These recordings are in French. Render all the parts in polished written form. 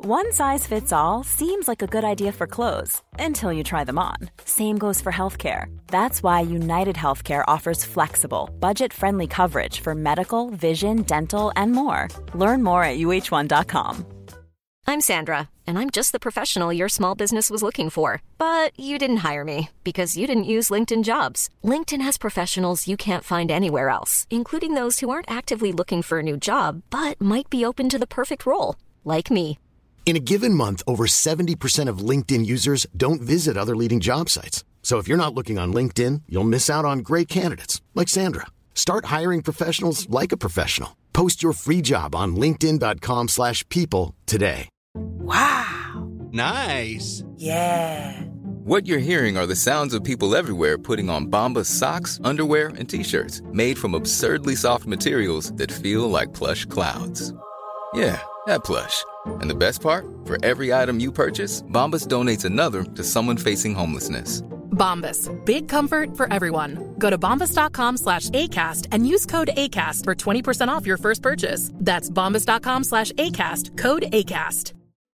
One size fits all seems like a good idea for clothes until you try them on. Same goes for healthcare. That's why United Healthcare offers flexible, budget-friendly coverage for medical, vision, dental, and more. Learn more at uh1.com. I'm Sandra, and I'm just the professional your small business was looking for. But you didn't hire me because you didn't use LinkedIn Jobs. LinkedIn has professionals you can't find anywhere else, including those who aren't actively looking for a new job, but might be open to the perfect role, like me. In a given month, over 70% of LinkedIn users don't visit other leading job sites. So if you're not looking on LinkedIn, you'll miss out on great candidates like Sandra. Start hiring professionals like a professional. Post your free job on linkedin.com/people today. Wow. Nice. Yeah. What you're hearing are the sounds of people everywhere putting on Bombas socks, underwear, and T-shirts made from absurdly soft materials that feel like plush clouds. Yeah, that plush. And the best part? For every item you purchase, Bombas donates another to someone facing homelessness. Bombas. Big comfort for everyone. Go to bombas.com/ACAST and use code ACAST for 20% off your first purchase. That's bombas.com/ACAST. Code ACAST.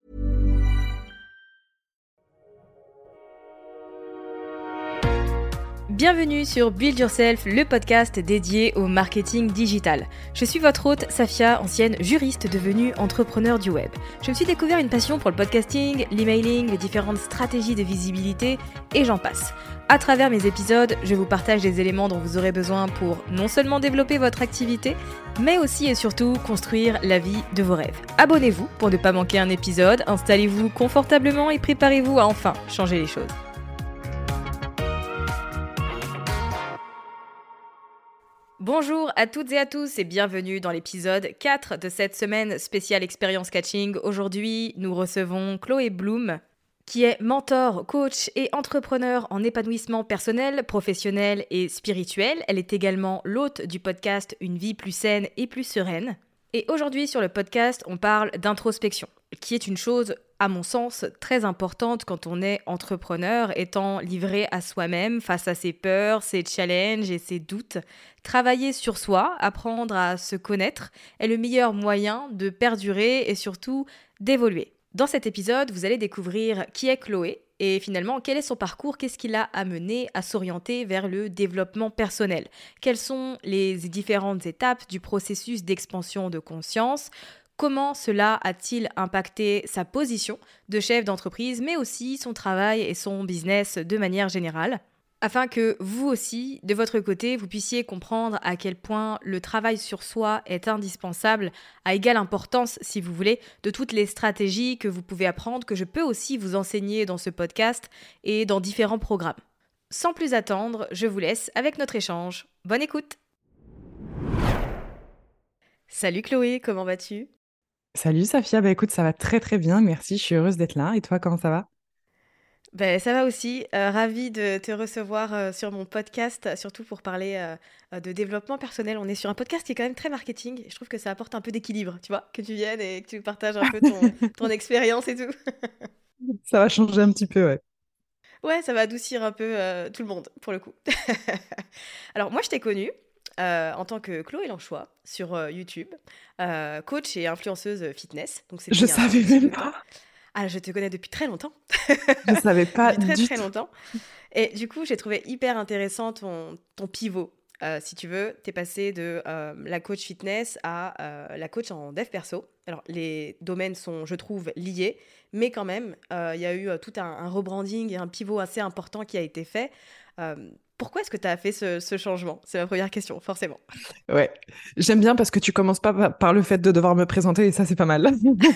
Bienvenue sur Build Yourself, le podcast dédié au marketing digital. Je suis votre hôte, Safia, ancienne juriste devenue entrepreneur du web. Je me suis découvert une passion pour le podcasting, l'emailing, les différentes stratégies de visibilité et j'en passe. À travers mes épisodes, je vous partage des éléments dont vous aurez besoin pour non seulement développer votre activité, mais aussi et surtout construire la vie de vos rêves. Abonnez-vous pour ne pas manquer un épisode, installez-vous confortablement et préparez-vous à enfin changer les choses. Bonjour à toutes et à tous et bienvenue dans l'épisode 4 de cette semaine spéciale Experience Catching. Aujourd'hui, nous recevons Chloé Bloom, qui est mentor, coach et entrepreneur en épanouissement personnel, professionnel et spirituel. Elle est également l'hôte du podcast Une vie plus saine et plus sereine. Et aujourd'hui, sur le podcast, on parle d'introspection, qui est une chose, à mon sens, très importante quand on est entrepreneur, étant livré à soi-même face à ses peurs, ses challenges et ses doutes. Travailler sur soi, apprendre à se connaître, est le meilleur moyen de perdurer et surtout d'évoluer. Dans cet épisode, vous allez découvrir qui est Chloé et finalement quel est son parcours, qu'est-ce qui l'a amené à s'orienter vers le développement personnel. Quelles sont les différentes étapes du processus d'expansion de conscience ? Comment cela a-t-il impacté sa position de chef d'entreprise, mais aussi son travail et son business de manière générale ? Afin que vous aussi, de votre côté, vous puissiez comprendre à quel point le travail sur soi est indispensable, à égale importance, si vous voulez, de toutes les stratégies que vous pouvez apprendre, que je peux aussi vous enseigner dans ce podcast et dans différents programmes. Sans plus attendre, je vous laisse avec notre échange. Bonne écoute! Salut Chloé, comment vas-tu? Salut Safia, écoute, ça va très très bien, merci, je suis heureuse d'être là. Et toi, comment ça va? Ça va aussi, ravie de te recevoir sur mon podcast, surtout pour parler de développement personnel. On est sur un podcast qui est quand même très marketing, et je trouve que ça apporte un peu d'équilibre, tu vois, que tu viennes et que tu partages un peu ton expérience et tout. Ça va changer un petit peu, ouais. Ouais, ça va adoucir un peu tout le monde, pour le coup. Alors moi, je t'ai connue en tant que Chloé Lanchois sur YouTube, coach et influenceuse fitness. Donc c'était Je savais même pas. Ah, je te connais depuis très longtemps. Je savais pas Depuis très longtemps. Et du coup, j'ai trouvé hyper intéressant ton pivot. Si tu veux, t'es passé de la coach fitness à la coach en dev perso. Alors, les domaines sont, je trouve, liés, mais quand même, il y a eu tout un rebranding et un pivot assez important qui a été fait. Pourquoi est-ce que tu as fait ce changement? C'est ma première question, forcément. Ouais, j'aime bien parce que tu commences pas par le fait de devoir me présenter et ça, c'est pas mal.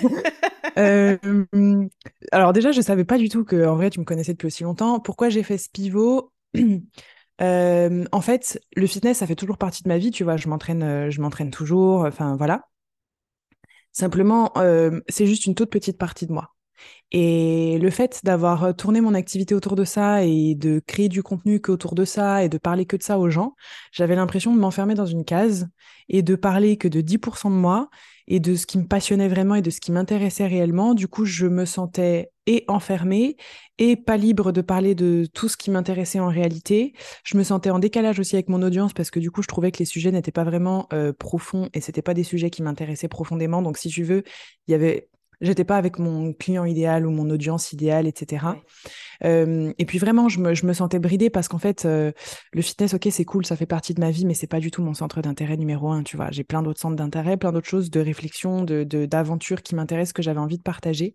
Alors déjà, je savais pas du tout que, en vrai, tu me connaissais depuis aussi longtemps. Pourquoi j'ai fait ce pivot? En fait, le fitness, ça fait toujours partie de ma vie, tu vois. Je m'entraîne toujours, enfin voilà. Simplement, c'est juste une toute petite partie de moi. Et le fait d'avoir tourné mon activité autour de ça et de créer du contenu qu'autour de ça et de parler que de ça aux gens, j'avais l'impression de m'enfermer dans une case et de parler que de 10% de moi et de ce qui me passionnait vraiment et de ce qui m'intéressait réellement. Du coup, je me sentais et enfermée et pas libre de parler de tout ce qui m'intéressait en réalité. Je me sentais en décalage aussi avec mon audience parce que du coup, je trouvais que les sujets n'étaient pas vraiment profonds et c'était pas des sujets qui m'intéressaient profondément. Donc, si tu veux, il y avait J'étais pas avec mon client idéal ou mon audience idéale, etc. Ouais. Et puis vraiment, je me sentais bridée parce qu'en fait, le fitness, ok, c'est cool, ça fait partie de ma vie, mais c'est pas du tout mon centre d'intérêt numéro un, tu vois. J'ai plein d'autres centres d'intérêt, plein d'autres choses de réflexion, d'aventures qui m'intéressent, que j'avais envie de partager.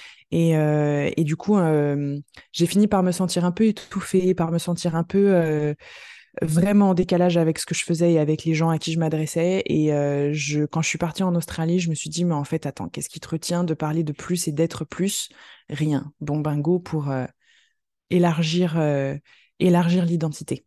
Et du coup, j'ai fini par me sentir un peu étouffée, par me sentir un peu vraiment en décalage avec ce que je faisais et avec les gens à qui je m'adressais. Et quand je suis partie en Australie, je me suis dit, mais en fait, attends, qu'est-ce qui te retient de parler de plus et d'être plus? Rien. Bon, bingo pour élargir, élargir l'identité.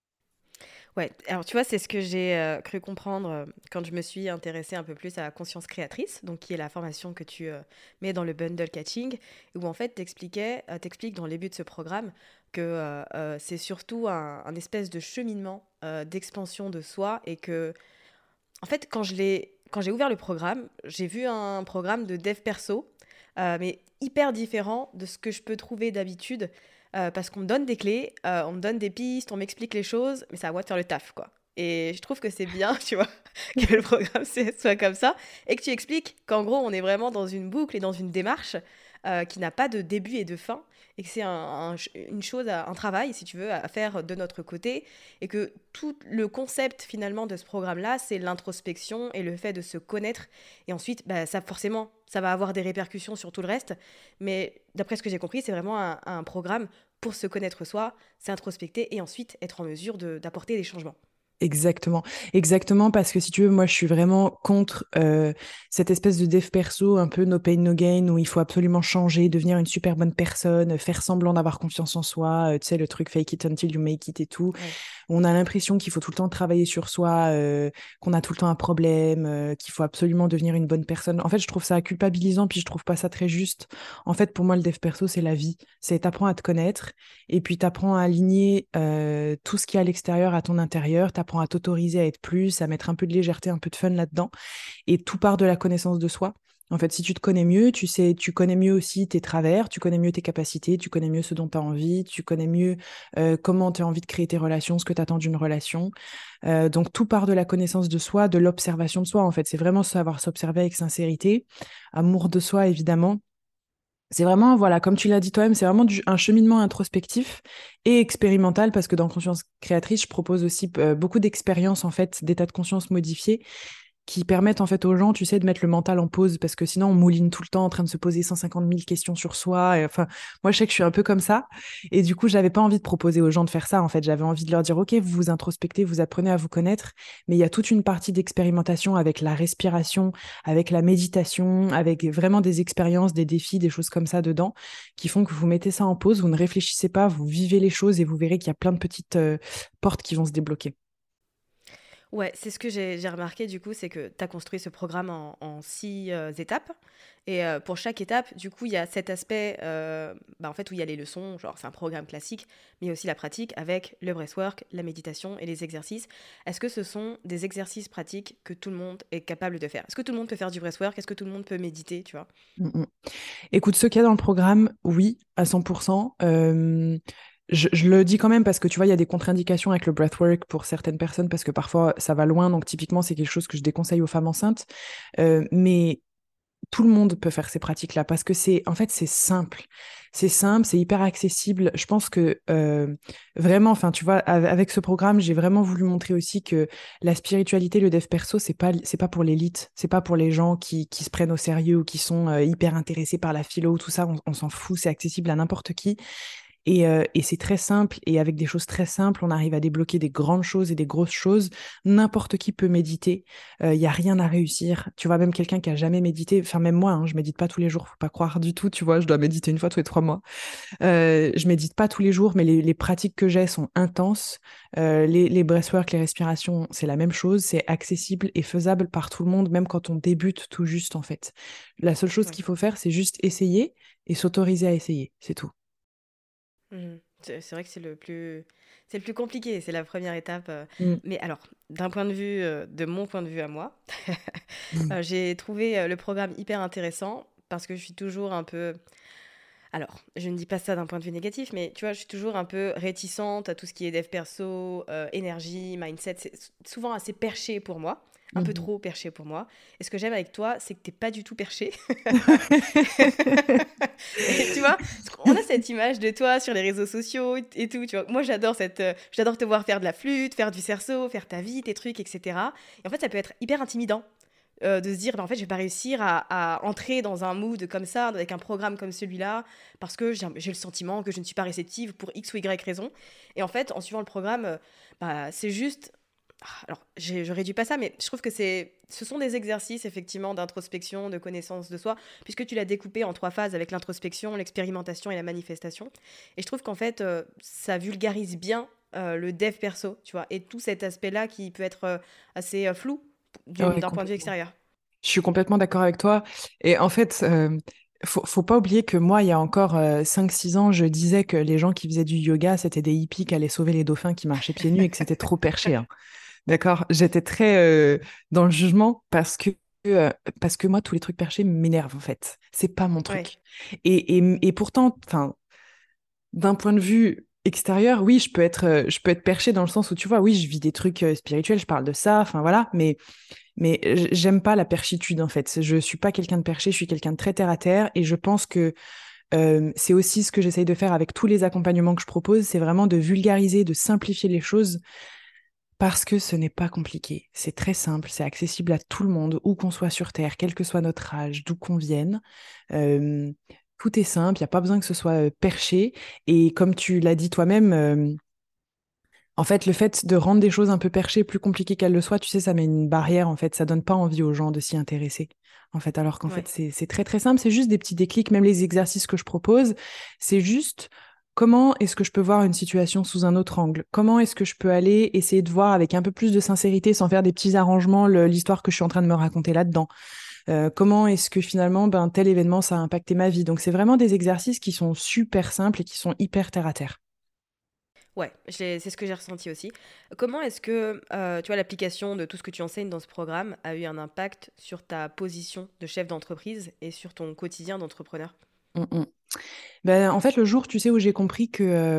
Ouais, alors tu vois, c'est ce que j'ai cru comprendre quand je me suis intéressée un peu plus à la conscience créatrice, donc qui est la formation que tu mets dans le bundle catching, où en fait t'expliques dans les buts de ce programme que c'est surtout un espèce de cheminement d'expansion de soi et que, en fait, quand j'ai ouvert le programme, j'ai vu un programme de dev perso, mais hyper différent de ce que je peux trouver d'habitude, parce qu'on me donne des clés, on me donne des pistes, on m'explique les choses, mais c'est à moi de faire le taf, quoi. Et je trouve que c'est bien, tu vois, que le programme soit comme ça, et que tu expliques qu'en gros, on est vraiment dans une boucle et dans une démarche qui n'a pas de début et de fin, et que c'est une chose, un travail, si tu veux, à faire de notre côté, et que tout le concept finalement de ce programme-là, c'est l'introspection et le fait de se connaître, et ensuite, bah, ça forcément, ça va avoir des répercussions sur tout le reste, mais d'après ce que j'ai compris, c'est vraiment un programme pour se connaître soi, s'introspecter, et ensuite être en mesure d'apporter des changements. Exactement, exactement, parce que si tu veux, moi je suis vraiment contre cette espèce de dev perso, un peu no pain no gain, où il faut absolument changer, devenir une super bonne personne, faire semblant d'avoir confiance en soi, tu sais, le truc fake it until you make it et tout. Ouais. On a l'impression qu'il faut tout le temps travailler sur soi, qu'on a tout le temps un problème, qu'il faut absolument devenir une bonne personne. En fait, je trouve ça culpabilisant, puis je trouve pas ça très juste. En fait, pour moi, le dev perso, c'est la vie. C'est t'apprends à te connaître, et puis t'apprends à aligner tout ce qui est à l'extérieur à ton intérieur, t'apprends à t'autoriser à être plus, à mettre un peu de légèreté, un peu de fun là-dedans, et tout part de la connaissance de soi. En fait, si tu te connais mieux, tu sais, tu connais mieux aussi tes travers, tu connais mieux tes capacités, tu connais mieux ce dont tu as envie, tu connais mieux comment tu as envie de créer tes relations, ce que tu attends d'une relation. Donc, tout part de la connaissance de soi, de l'observation de soi. En fait, c'est vraiment savoir s'observer avec sincérité, amour de soi, évidemment. C'est vraiment, voilà, comme tu l'as dit toi-même, c'est vraiment un cheminement introspectif et expérimental parce que dans Conscience créatrice, je propose aussi beaucoup d'expériences, en fait, d'états de conscience modifiés qui permettent en fait aux gens, tu sais, de mettre le mental en pause parce que sinon on mouline tout le temps en train de se poser 150 000 questions sur soi. Et, enfin, moi je sais que je suis un peu comme ça et du coup j'avais pas envie de proposer aux gens de faire ça. En fait, j'avais envie de leur dire ok, vous vous introspectez, vous apprenez à vous connaître, mais il y a toute une partie d'expérimentation avec la respiration, avec la méditation, avec vraiment des expériences, des défis, des choses comme ça dedans qui font que vous mettez ça en pause, vous ne réfléchissez pas, vous vivez les choses et vous verrez qu'il y a plein de petites portes qui vont se débloquer. Ouais, c'est ce que j'ai remarqué du coup, c'est que tu as construit ce programme en 6 étapes. Et pour chaque étape, du coup, il y a cet aspect bah, en fait, où il y a les leçons, genre c'est un programme classique, mais il y a aussi la pratique avec le breathwork, la méditation et les exercices. Est-ce que ce sont des exercices pratiques que tout le monde est capable de faire? Est-ce que tout le monde peut faire du breathwork? Est-ce que tout le monde peut méditer, tu vois? Mm, mm. Écoute, ce qu'il y a dans le programme, oui, à 100%. Je le dis quand même parce que tu vois, il y a des contre-indications avec le breathwork pour certaines personnes parce que parfois ça va loin. Donc, typiquement, c'est quelque chose que je déconseille aux femmes enceintes. Mais tout le monde peut faire ces pratiques-là parce que en fait, c'est simple. C'est simple, c'est hyper accessible. Je pense que vraiment, enfin, tu vois, avec ce programme, j'ai vraiment voulu montrer aussi que la spiritualité, le dev perso, c'est pas pour l'élite. C'est pas pour les gens qui se prennent au sérieux ou qui sont hyper intéressés par la philo, tout ça. On s'en fout, c'est accessible à n'importe qui. Et c'est très simple, et avec des choses très simples, on arrive à débloquer des grandes choses et des grosses choses. N'importe qui peut méditer, il n'y a rien à réussir. Tu vois, même quelqu'un qui a jamais médité, enfin même moi, hein, je médite pas tous les jours, faut pas croire du tout, tu vois, je dois méditer une fois tous les 3 mois. Je médite pas tous les jours, mais les pratiques que j'ai sont intenses. Les breathwork, les respirations, c'est la même chose, c'est accessible et faisable par tout le monde, même quand on débute tout juste, en fait. La seule chose Ouais. qu'il faut faire, c'est juste essayer et s'autoriser à essayer, c'est tout. Mhm. C'est vrai que c'est le plus compliqué, c'est la première étape. Mm. Mais alors, d'un point de vue, de mon point de vue à moi, j'ai trouvé le programme hyper intéressant parce que je suis toujours un peu. Alors, je ne dis pas ça d'un point de vue négatif, mais tu vois, je suis toujours un peu réticente à tout ce qui est dev perso, énergie, mindset. C'est souvent assez perché pour moi. un peu trop perché pour moi. Et ce que j'aime avec toi, c'est que t'es pas du tout perché. Et tu vois, on a cette image de toi sur les réseaux sociaux et tout. Tu vois, moi, j'adore te voir faire de la flûte, faire du cerceau, faire ta vie, tes trucs, etc. Et en fait, ça peut être hyper intimidant. De se dire, en fait, je vais pas réussir à entrer dans un mood comme ça, avec un programme comme celui-là, parce que j'ai le sentiment que je ne suis pas réceptive pour X ou Y raison. Et en fait, en suivant le programme, c'est juste... Alors, je réduis pas ça, mais je trouve que ce sont des exercices, effectivement, d'introspection, de connaissance de soi, puisque tu l'as découpé en 3 phases avec l'introspection, l'expérimentation et la manifestation. Et je trouve qu'en fait, ça vulgarise bien le dev perso, tu vois, et tout cet aspect-là qui peut être assez flou Ouais, d'un point de vue complètement. extérieur. Je suis complètement d'accord avec toi. Et en fait, faut pas oublier que moi, il y a encore 5-6 ans, je disais que les gens qui faisaient du yoga, c'était des hippies qui allaient sauver les dauphins qui marchaient pieds nus et que c'était trop perché, hein. D'accord? J'étais très dans le jugement parce que moi, tous les trucs perchés m'énervent, en fait. C'est pas mon Ouais, truc. Et pourtant, enfin, d'un point de vue extérieur, oui, je peux être perché dans le sens où, tu vois, oui, je vis des trucs spirituels, je parle de ça, enfin voilà, mais j'aime pas la perchitude, en fait. Je suis pas quelqu'un de perché, je suis quelqu'un de très terre à terre, et je pense que c'est aussi ce que j'essaye de faire avec tous les accompagnements que je propose, c'est vraiment de vulgariser, de simplifier les choses, parce que ce n'est pas compliqué. C'est très simple, c'est accessible à tout le monde, où qu'on soit sur Terre, quel que soit notre âge, d'où qu'on vienne. Euh, Tout est simple, il n'y a pas besoin que ce soit perché. Et comme tu l'as dit toi-même, en fait, le fait de rendre des choses un peu perchées, plus compliquées qu'elles le soient, tu sais, ça met une barrière, en fait, ça donne pas envie aux gens de s'y intéresser. En fait, alors qu'en fait, ouais. c'est très très simple, c'est juste des petits déclics, même les exercices que je propose, c'est juste comment est-ce que je peux voir une situation sous un autre angle? Comment est-ce que je peux aller essayer de voir avec un peu plus de sincérité, sans faire des petits arrangements, l'histoire que je suis en train de me raconter là-dedans? Comment est-ce que finalement, ben, tel événement, ça a impacté ma vie? Donc, c'est vraiment des exercices qui sont super simples et qui sont hyper terre à terre. Ouais, c'est ce que j'ai ressenti aussi. Comment est-ce que, tu vois, l'application de tout ce que tu enseignes dans ce programme a eu un impact sur ta position de chef d'entreprise et sur ton quotidien d'entrepreneur? Mm, mm. Ben, en fait, le jour, tu sais, où j'ai compris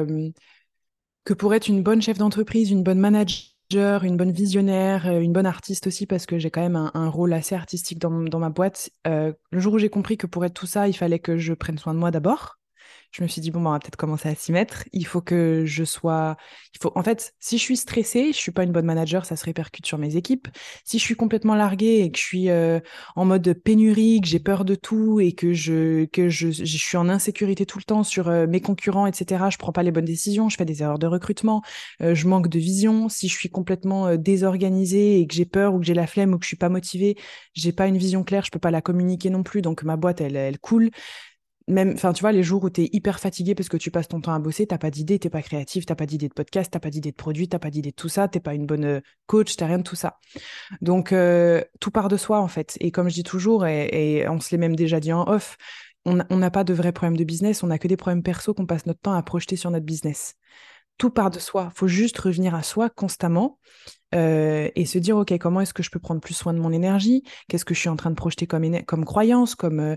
que pour être une bonne chef d'entreprise, une bonne manager, une bonne visionnaire, une bonne artiste aussi, parce que j'ai quand même un rôle assez artistique dans ma boîte, le jour où j'ai compris que pour être tout ça, il fallait que je prenne soin de moi d'abord, je me suis dit, bon, bah, on va peut-être commencer à s'y mettre. Il faut que je sois. En fait, si je suis stressée, je suis pas une bonne manager, ça se répercute sur mes équipes. Si je suis complètement larguée et que je suis en mode pénurie, que j'ai peur de tout et que je suis en insécurité tout le temps sur mes concurrents, etc., je prends pas les bonnes décisions, je fais des erreurs de recrutement, je manque de vision. Si je suis complètement désorganisée et que j'ai peur ou que j'ai la flemme ou que je suis pas motivée, j'ai pas une vision claire, je peux pas la communiquer non plus. Donc ma boîte, elle coule. Même, enfin, tu vois, les jours où tu es hyper fatigué parce que tu passes ton temps à bosser, t'as pas d'idée, t'es pas créatif, t'as pas d'idée de podcast, t'as pas d'idée de produit, t'as pas d'idée de tout ça, t'es pas une bonne coach, t'as rien de tout ça. Donc, tout part de soi, en fait. Et comme je dis toujours, et on se l'est même déjà dit en off, on n'a pas de vrais problèmes de business, on a que des problèmes perso qu'on passe notre temps à projeter sur notre business. Tout part de soi. Faut juste revenir à soi constamment et se dire, OK, comment est-ce que je peux prendre plus soin de mon énergie? Qu'est-ce que je suis en train de projeter comme croyance,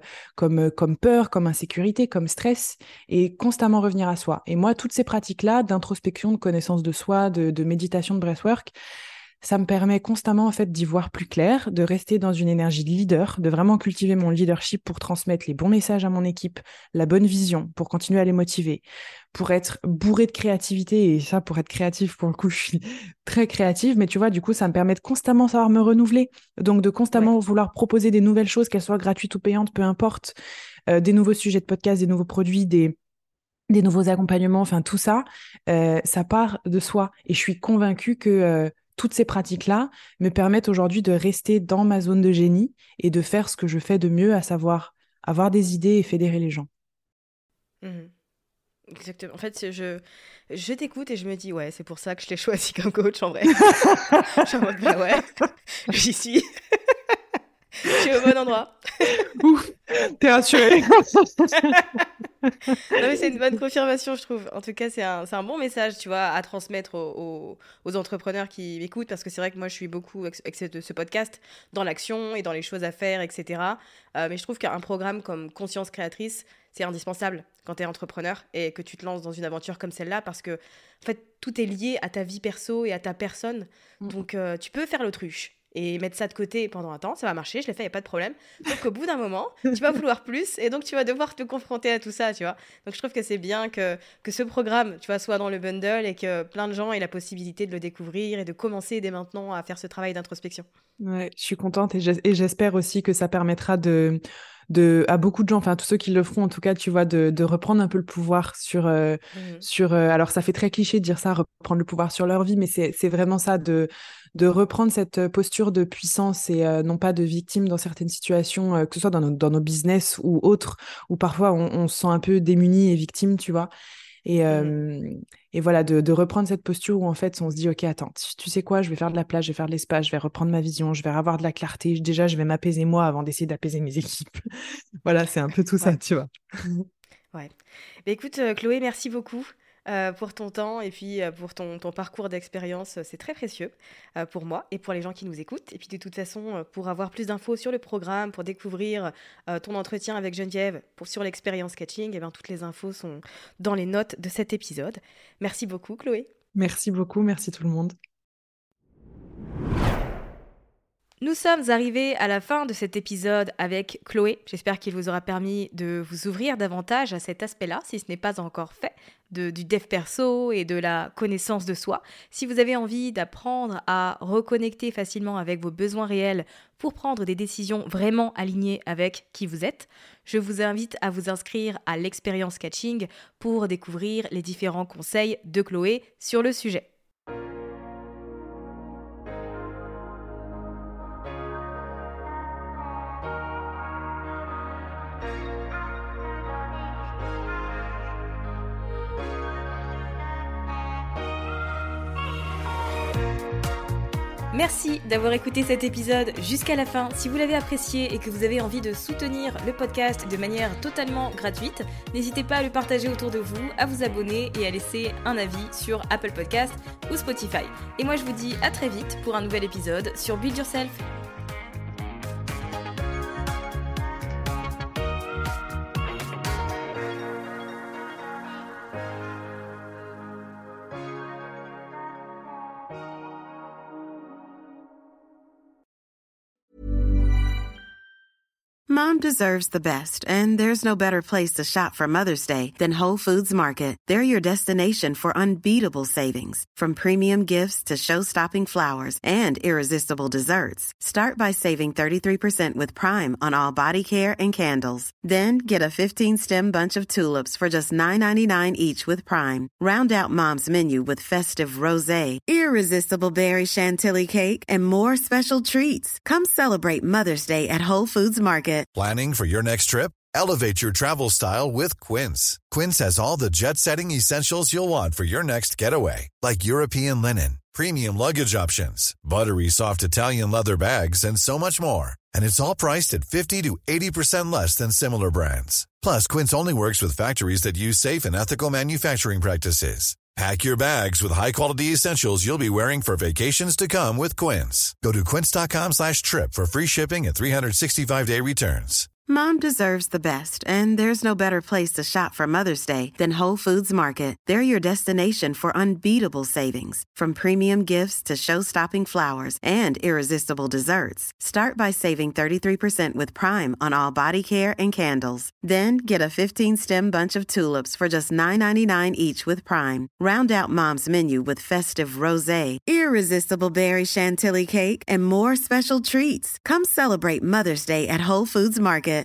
comme peur, comme insécurité, comme stress? Et constamment revenir à soi. Et moi, toutes ces pratiques-là d'introspection, de connaissance de soi, de méditation, de breathwork, ça me permet constamment en fait d'y voir plus clair, de rester dans une énergie de leader, de vraiment cultiver mon leadership pour transmettre les bons messages à mon équipe, la bonne vision, pour continuer à les motiver, pour être bourré de créativité. Et ça, pour être créatif, pour le coup, je suis très créative, mais tu vois, du coup, ça me permet de constamment savoir me renouveler, donc de Ouais. constamment vouloir proposer des nouvelles choses, qu'elles soient gratuites ou payantes, peu importe, des nouveaux sujets de podcast, des nouveaux produits, des nouveaux accompagnements, enfin tout ça, ça part de soi. Et je suis convaincue que toutes ces pratiques-là me permettent aujourd'hui de rester dans ma zone de génie et de faire ce que je fais de mieux, à savoir avoir des idées et fédérer les gens. Mhm. Exactement. En fait, je t'écoute et je me dis, ouais, c'est pour ça que je l'ai choisi comme coach en vrai. Je suis en mode, bah ouais, j'y suis. Je suis au bon endroit. Ouf, t'es rassurée. Non, mais c'est une bonne confirmation, je trouve. En tout cas, c'est un bon message, tu vois, à transmettre aux entrepreneurs qui m'écoutent, parce que c'est vrai que moi, je suis beaucoup avec ce podcast dans l'action et dans les choses à faire, etc. Mais je trouve qu'un programme comme Conscience Créatrice, c'est indispensable quand tu es entrepreneur et que tu te lances dans une aventure comme celle-là, parce que, en fait, tout est lié à ta vie perso et à ta personne. Donc, tu peux faire l'autruche. et mettre ça de côté pendant un temps, ça va marcher, je l'ai fait, il n'y a pas de problème. Sauf qu'au bout d'un moment, tu vas vouloir plus et donc tu vas devoir te confronter à tout ça, tu vois. Donc je trouve que c'est bien que ce programme, tu vois, soit dans le bundle et que plein de gens aient la possibilité de le découvrir et de commencer dès maintenant à faire ce travail d'introspection. Ouais, je suis contente et j'espère aussi que ça permettra à beaucoup de gens, enfin tous ceux qui le feront en tout cas, tu vois, de reprendre un peu le pouvoir alors ça fait très cliché de dire ça, reprendre le pouvoir sur leur vie, mais c'est vraiment ça, de reprendre cette posture de puissance et non pas de victime dans certaines situations, que ce soit dans nos business ou autres, où parfois on se sent un peu démuni et victime, tu vois. Et voilà, de reprendre cette posture où en fait on se dit ok, attends, tu sais quoi, je vais faire de la place, je vais faire de l'espace, je vais reprendre ma vision, je vais avoir de la clarté, déjà je vais m'apaiser moi avant d'essayer d'apaiser mes équipes. Voilà, c'est un peu tout ça, tu vois. Ouais. Bah, écoute, Chloé, merci beaucoup pour ton temps et puis pour ton parcours d'expérience. C'est très précieux pour moi et pour les gens qui nous écoutent. Et puis de toute façon, pour avoir plus d'infos sur le programme, pour découvrir ton entretien avec Geneviève sur l'expérience catching, toutes les infos sont dans les notes de cet épisode. Merci beaucoup, Chloé. Merci beaucoup, merci tout le monde. Nous sommes arrivés à la fin de cet épisode avec Chloé. J'espère qu'il vous aura permis de vous ouvrir davantage à cet aspect-là, si ce n'est pas encore fait, du dev perso et de la connaissance de soi. Si vous avez envie d'apprendre à reconnecter facilement avec vos besoins réels pour prendre des décisions vraiment alignées avec qui vous êtes, je vous invite à vous inscrire à l'expérience catching pour découvrir les différents conseils de Chloé sur le sujet. Merci d'avoir écouté cet épisode jusqu'à la fin. Si vous l'avez apprécié et que vous avez envie de soutenir le podcast de manière totalement gratuite, n'hésitez pas à le partager autour de vous, à vous abonner et à laisser un avis sur Apple Podcasts ou Spotify. Et moi je vous dis à très vite pour un nouvel épisode sur Build Yourself. Mom deserves the best, and there's no better place to shop for Mother's Day than Whole Foods Market. They're your destination for unbeatable savings, from premium gifts to show-stopping flowers and irresistible desserts. Start by saving 33% with Prime on all body care and candles. Then get a 15-stem bunch of tulips for just $9.99 each with Prime. Round out Mom's menu with festive rosé, irresistible berry chantilly cake, and more special treats. Come celebrate Mother's Day at Whole Foods Market. Planning for your next trip? Elevate your travel style with Quince. Quince has all the jet-setting essentials you'll want for your next getaway, like European linen, premium luggage options, buttery soft Italian leather bags, and so much more. And it's all priced at 50 to 80% less than similar brands. Plus, Quince only works with factories that use safe and ethical manufacturing practices. Pack your bags with high-quality essentials you'll be wearing for vacations to come with Quince. Go to quince.com/trip for free shipping and 365-day returns. Mom deserves the best, and there's no better place to shop for Mother's Day than Whole Foods Market. They're your destination for unbeatable savings, from premium gifts to show-stopping flowers and irresistible desserts. Start by saving 33% with Prime on all body care and candles. Then get a 15-stem bunch of tulips for just $9.99 each with Prime. Round out Mom's menu with festive rosé, irresistible berry chantilly cake, and more special treats. Come celebrate Mother's Day at Whole Foods Market.